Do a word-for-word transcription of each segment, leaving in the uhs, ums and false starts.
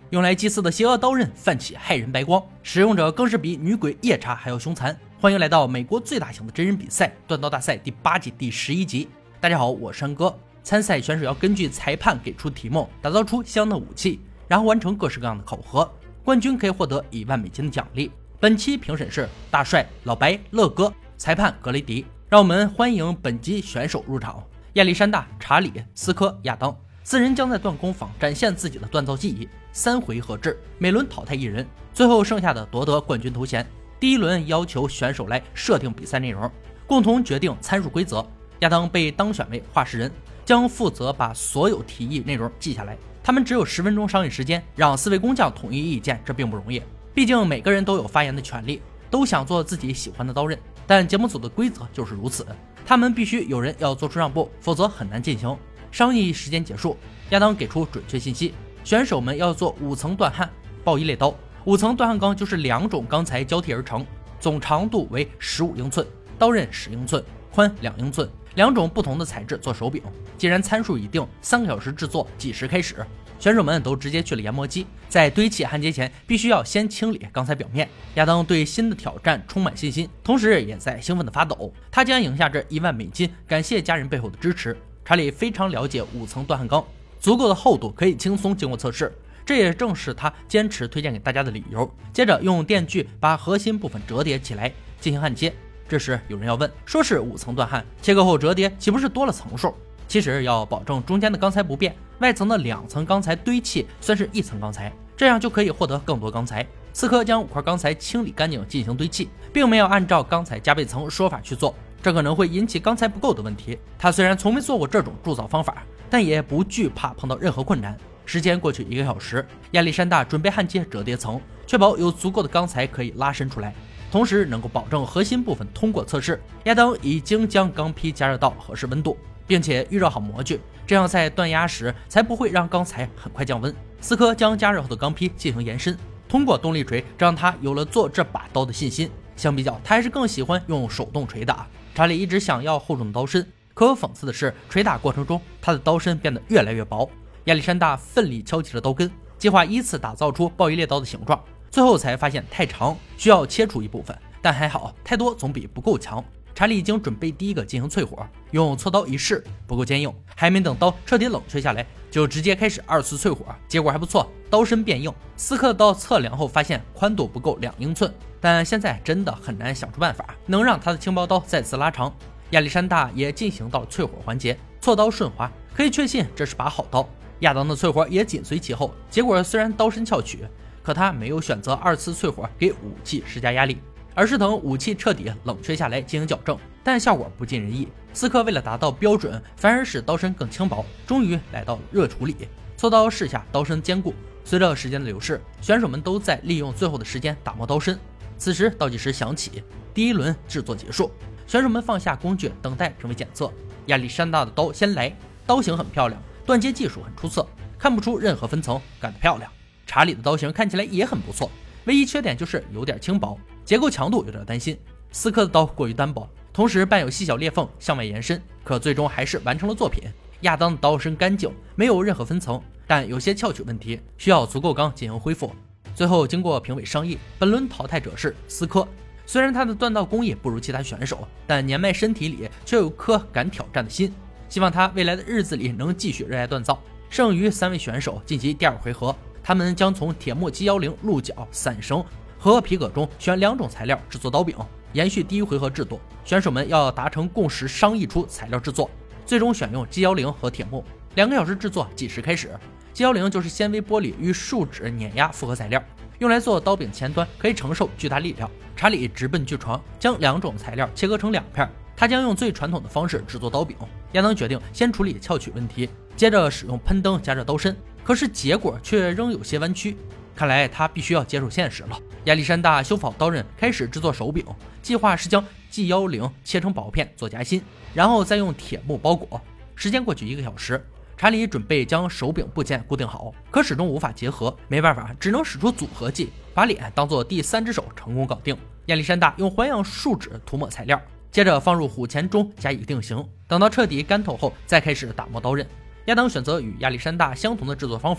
用来祭祀的邪恶刀刃泛起骇人白光，使用者更是比女鬼夜叉还要凶残。欢迎来到美国最大型的真人比赛断刀大赛第八季第十一集。大家好，我是山哥。参赛选手要根据裁判给出题目，打造出相应的武器，然后完成各式各样的考核。冠军可以获得一万美金的奖励。本期评审是大帅、老白、乐哥，裁判格雷迪。让我们欢迎本集选手入场：亚历山大、查理、斯科、亚当。四人将在锻工坊展现自己的锻造技艺，三回合制，每轮淘汰一人，最后剩下的夺得冠军头衔。第一轮要求选手来设定比赛内容，共同决定参数规则。亚当被当选为话事人，将负责把所有提议内容记下来。他们只有十分钟商议时间，让四位工匠统一意见，这并不容易。毕竟每个人都有发言的权利，都想做自己喜欢的刀刃，但节目组的规则就是如此，他们必须有人要做出让步，否则很难进行。商议时间结束，亚当给出准确信息，选手们要做五层锻焊爆一类刀。五层锻焊钢就是两种钢材交替而成，总长度为十五英寸，刀刃十英寸，宽两英寸，两种不同的材质做手柄。既然参数已定，三个小时制作，计时开始。选手们都直接去了研磨机，在堆砌焊接前必须要先清理钢材表面。亚当对新的挑战充满信心，同时也在兴奋地发抖。他将赢下这一万美金，感谢家人背后的支持。查理非常了解五层锻焊钢，足够的厚度可以轻松经过测试，这也正是他坚持推荐给大家的理由。接着用电锯把核心部分折叠起来进行焊接。这时有人要问，说是五层锻焊，切割后折叠岂不是多了层数？其实要保证中间的钢材不变，外层的两层钢材堆砌算是一层钢材，这样就可以获得更多钢材。刺客将五块钢材清理干净进行堆砌，并没有按照钢材加倍层说法去做，这可能会引起钢材不够的问题。他虽然从没做过这种铸造方法，但也不惧怕碰到任何困难。时间过去一个小时，亚历山大准备焊接折叠层，确保有足够的钢材可以拉伸出来，同时能够保证核心部分通过测试。亚当已经将钢坯加热到合适温度，并且预热好模具，这样在锻压时才不会让钢材很快降温。斯科将加热后的钢坯进行延伸，通过动力锤，这让他有了做这把刀的信心。相比较，他还是更喜欢用手动锤打。查理一直想要厚重的刀身，可讽刺的是，锤打过程中他的刀身变得越来越薄。亚历山大奋力敲击着刀根，计划依次打造出爆一猎刀的形状，最后才发现太长，需要切除一部分，但还好，太多总比不够强。查理已经准备第一个进行淬火，用锉刀一试，不够坚硬，还没等刀彻底冷却下来，就直接开始二次淬火，结果还不错，刀身变硬。斯科的刀测量后发现宽度不够两英寸，但现在真的很难想出办法能让他的轻薄刀再次拉长。亚历山大也进行到了淬火环节，锉刀顺滑，可以确信这是把好刀。亚当的淬火也紧随其后，结果虽然刀身翘曲，可他没有选择二次淬火给武器施加压力，而是等武器彻底冷却下来进行矫正，但效果不尽人意。斯科为了达到标准，反而使刀身更轻薄，终于来到了热处理。锉刀试下刀身坚固。随着时间的流逝，选手们都在利用最后的时间打磨刀身。此时倒计时响起，第一轮制作结束，选手们放下工具，等待成为检测。亚历山大的刀先来，刀型很漂亮，断接技术很出色，看不出任何分层，干得漂亮。查理的刀型看起来也很不错，唯一缺点就是有点轻薄，结构强度有点担心。斯科的刀过于单薄，同时伴有细小裂缝向外延伸，可最终还是完成了作品。亚当的刀身干净，没有任何分层，但有些翘曲问题，需要足够钢进行恢复。最后经过评委商议，本轮淘汰者是斯科。虽然他的锻造工艺不如其他选手，但年迈身体里却有颗敢挑战的心，希望他未来的日子里能继续热爱锻造。剩余三位选手晋级第二回合，他们将从铁木 G 一十、鹿角、散绳和皮革中选两种材料制作刀柄，延续第一回合制度。选手们要达成共识，商议出材料制作，最终选用 G 一十和铁木。两个小时制作，计时开始。G 一十就是纤维玻璃与树脂碾压复合材料，用来做刀柄前端，可以承受巨大力量。查理直奔锯床，将两种材料切割成两片，他将用最传统的方式制作刀柄。亚当决定先处理翘曲问题，接着使用喷灯加热刀身，可是结果却仍有些弯曲，看来他必须要接受现实了。亚历山大修复好刀刃，开始制作手柄，计划是将 G 一十切成薄片做夹心，然后再用铁木包裹。时间过去一个小时，查理准备将手柄部件固定好，可始终无法结合，没办法，只能使出组合技，把脸当做第三只手成功搞定。亚历山大用环氧树脂涂抹材料，接着放入虎钳中加以定型，等到彻底干透后再开始打磨刀刃。亚当选择与亚历山大相同的制作方法，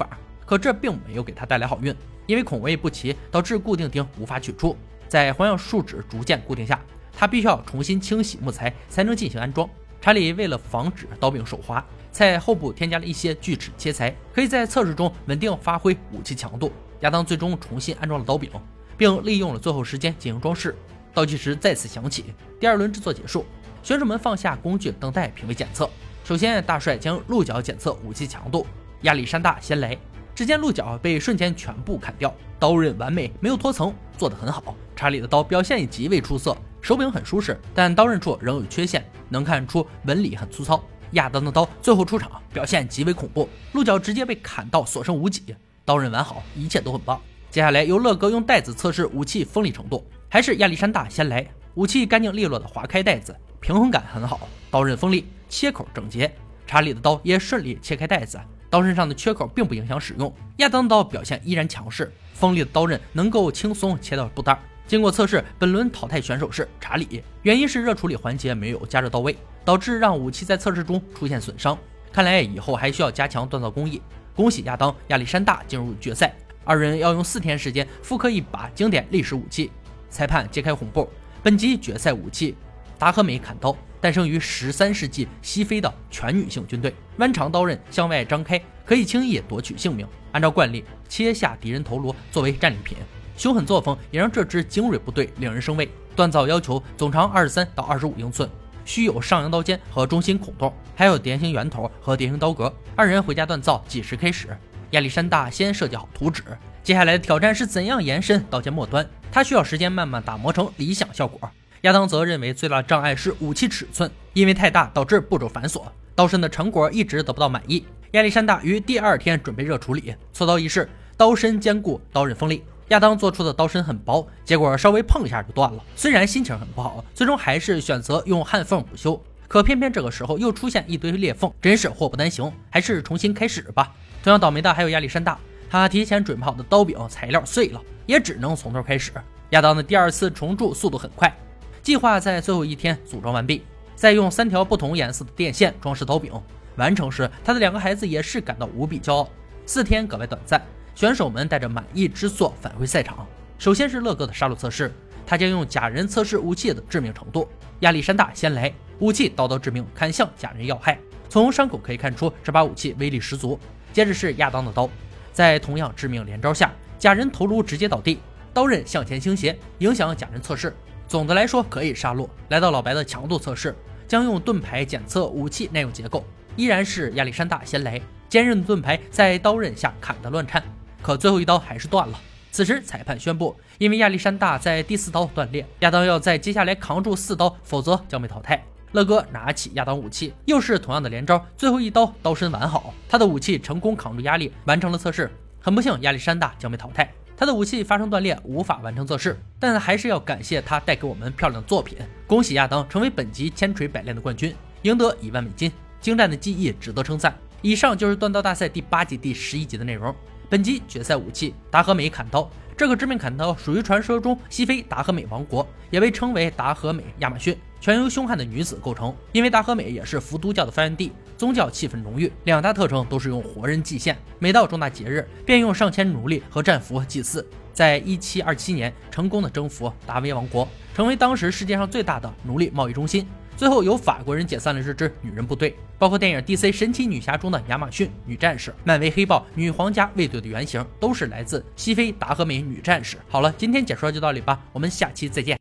可这并没有给他带来好运，因为孔位不齐，导致固定钉无法取出。在环氧树脂逐渐固定下，他必须要重新清洗木材才能进行安装。查理为了防止刀柄手滑，在后部添加了一些锯齿切裁，可以在测试中稳定发挥武器强度。亚当最终重新安装了刀柄，并利用了最后时间进行装饰。倒计时再次响起，第二轮制作结束，选手们放下工具，等待评委检测。首先，大帅将鹿角检测武器强度，亚历山大先来。只见鹿角被瞬间全部砍掉，刀刃完美，没有脱层，做得很好。查理的刀表现也极为出色，手柄很舒适，但刀刃处仍有缺陷，能看出纹理很粗糙。亚当的刀最后出场，表现极为恐怖，鹿角直接被砍到所剩无几，刀刃完好，一切都很棒。接下来由乐哥用带子测试武器锋利程度，还是亚历山大先来。武器干净利落的划开带子，平衡感很好，刀刃锋利，切口整洁。查理的刀也顺利切开带子，刀身上的缺口并不影响使用。亚当的刀表现依然强势，锋利的刀刃能够轻松切到布袋。经过测试，本轮淘汰选手是查理，原因是热处理环节没有加热到位，导致让武器在测试中出现损伤。看来以后还需要加强锻造工艺。恭喜亚当、亚历山大进入决赛，二人要用四天时间复刻一把经典历史武器。裁判揭开红布，本集决赛武器达和美砍刀，诞生于十三世纪西非的全女性军队，弯长刀刃向外张开，可以轻易夺取性命。按照惯例，切下敌人头颅作为战利品。凶狠作风也让这支精锐部队令人生畏。锻造要求总长二十三到二十五英寸，须有上扬刀尖和中心孔洞，还有碟形圆头和碟形刀格。二人回家锻造计时开始。亚历山大先设计好图纸，接下来的挑战是怎样延伸刀尖末端，他需要时间慢慢打磨成理想效果。亚当则认为最大的障碍是武器尺寸，因为太大导致步骤繁琐，刀身的成果一直得不到满意。亚历山大于第二天准备热处理，锉刀一试，刀身坚固，刀刃锋利。亚当做出的刀身很薄，结果稍微碰一下就断了。虽然心情很不好，最终还是选择用焊缝补修，可偏偏这个时候又出现一堆裂缝，真是祸不单行，还是重新开始吧。同样倒霉的还有亚历山大，他提前准备好的刀柄材料碎了，也只能从头开始。亚当的第二次重铸速度很快，计划在最后一天组装完毕，再用三条不同颜色的电线装饰刀柄。完成时，他的两个孩子也是感到无比骄傲。四天格外短暂，选手们带着满意之作返回赛场。首先是乐哥的杀戮测试，他将用假人测试武器的致命程度。亚历山大先来，武器刀刀致命，砍向假人要害。从伤口可以看出这把武器威力十足。接着是亚当的刀，在同样致命连招下，假人头颅直接倒地，刀刃向前倾斜，影响假人测试。总的来说可以杀戮。来到老白的强度测试，将用盾牌检测武器耐用结构，依然是亚历山大先来，坚韧的盾牌在刀刃下砍得乱颤，可最后一刀还是断了。此时裁判宣布，因为亚历山大在第四刀断裂，亚当要在接下来扛住四刀，否则将被淘汰。乐哥拿起亚当武器，又是同样的连招，最后一刀刀身完好，他的武器成功扛住压力，完成了测试。很不幸，亚历山大将被淘汰，他的武器发生断裂，无法完成测试，但还是要感谢他带给我们漂亮的作品。恭喜亚当成为本集千锤百炼的冠军，赢得一万美金，精湛的技艺值得称赞。以上就是锻刀大赛第八集第十一集的内容。本集决赛武器达和美砍刀，这个致命砍刀属于传说中西非达和美王国，也被称为达和美亚马逊，全由凶悍的女子构成。因为达和美也是伏都教的发源地，宗教气氛浓郁，两大特征都是用活人祭献，每到重大节日便用上千奴隶和战俘祭祀。在一七二七年成功的征服达维王国，成为当时世界上最大的奴隶贸易中心。最后由法国人解散了这支女人部队，包括电影 D C 神奇女侠中的亚马逊女战士，漫威黑豹女皇家卫队的原型都是来自西非达和美女战士。好了，今天解说就到这里吧，我们下期再见。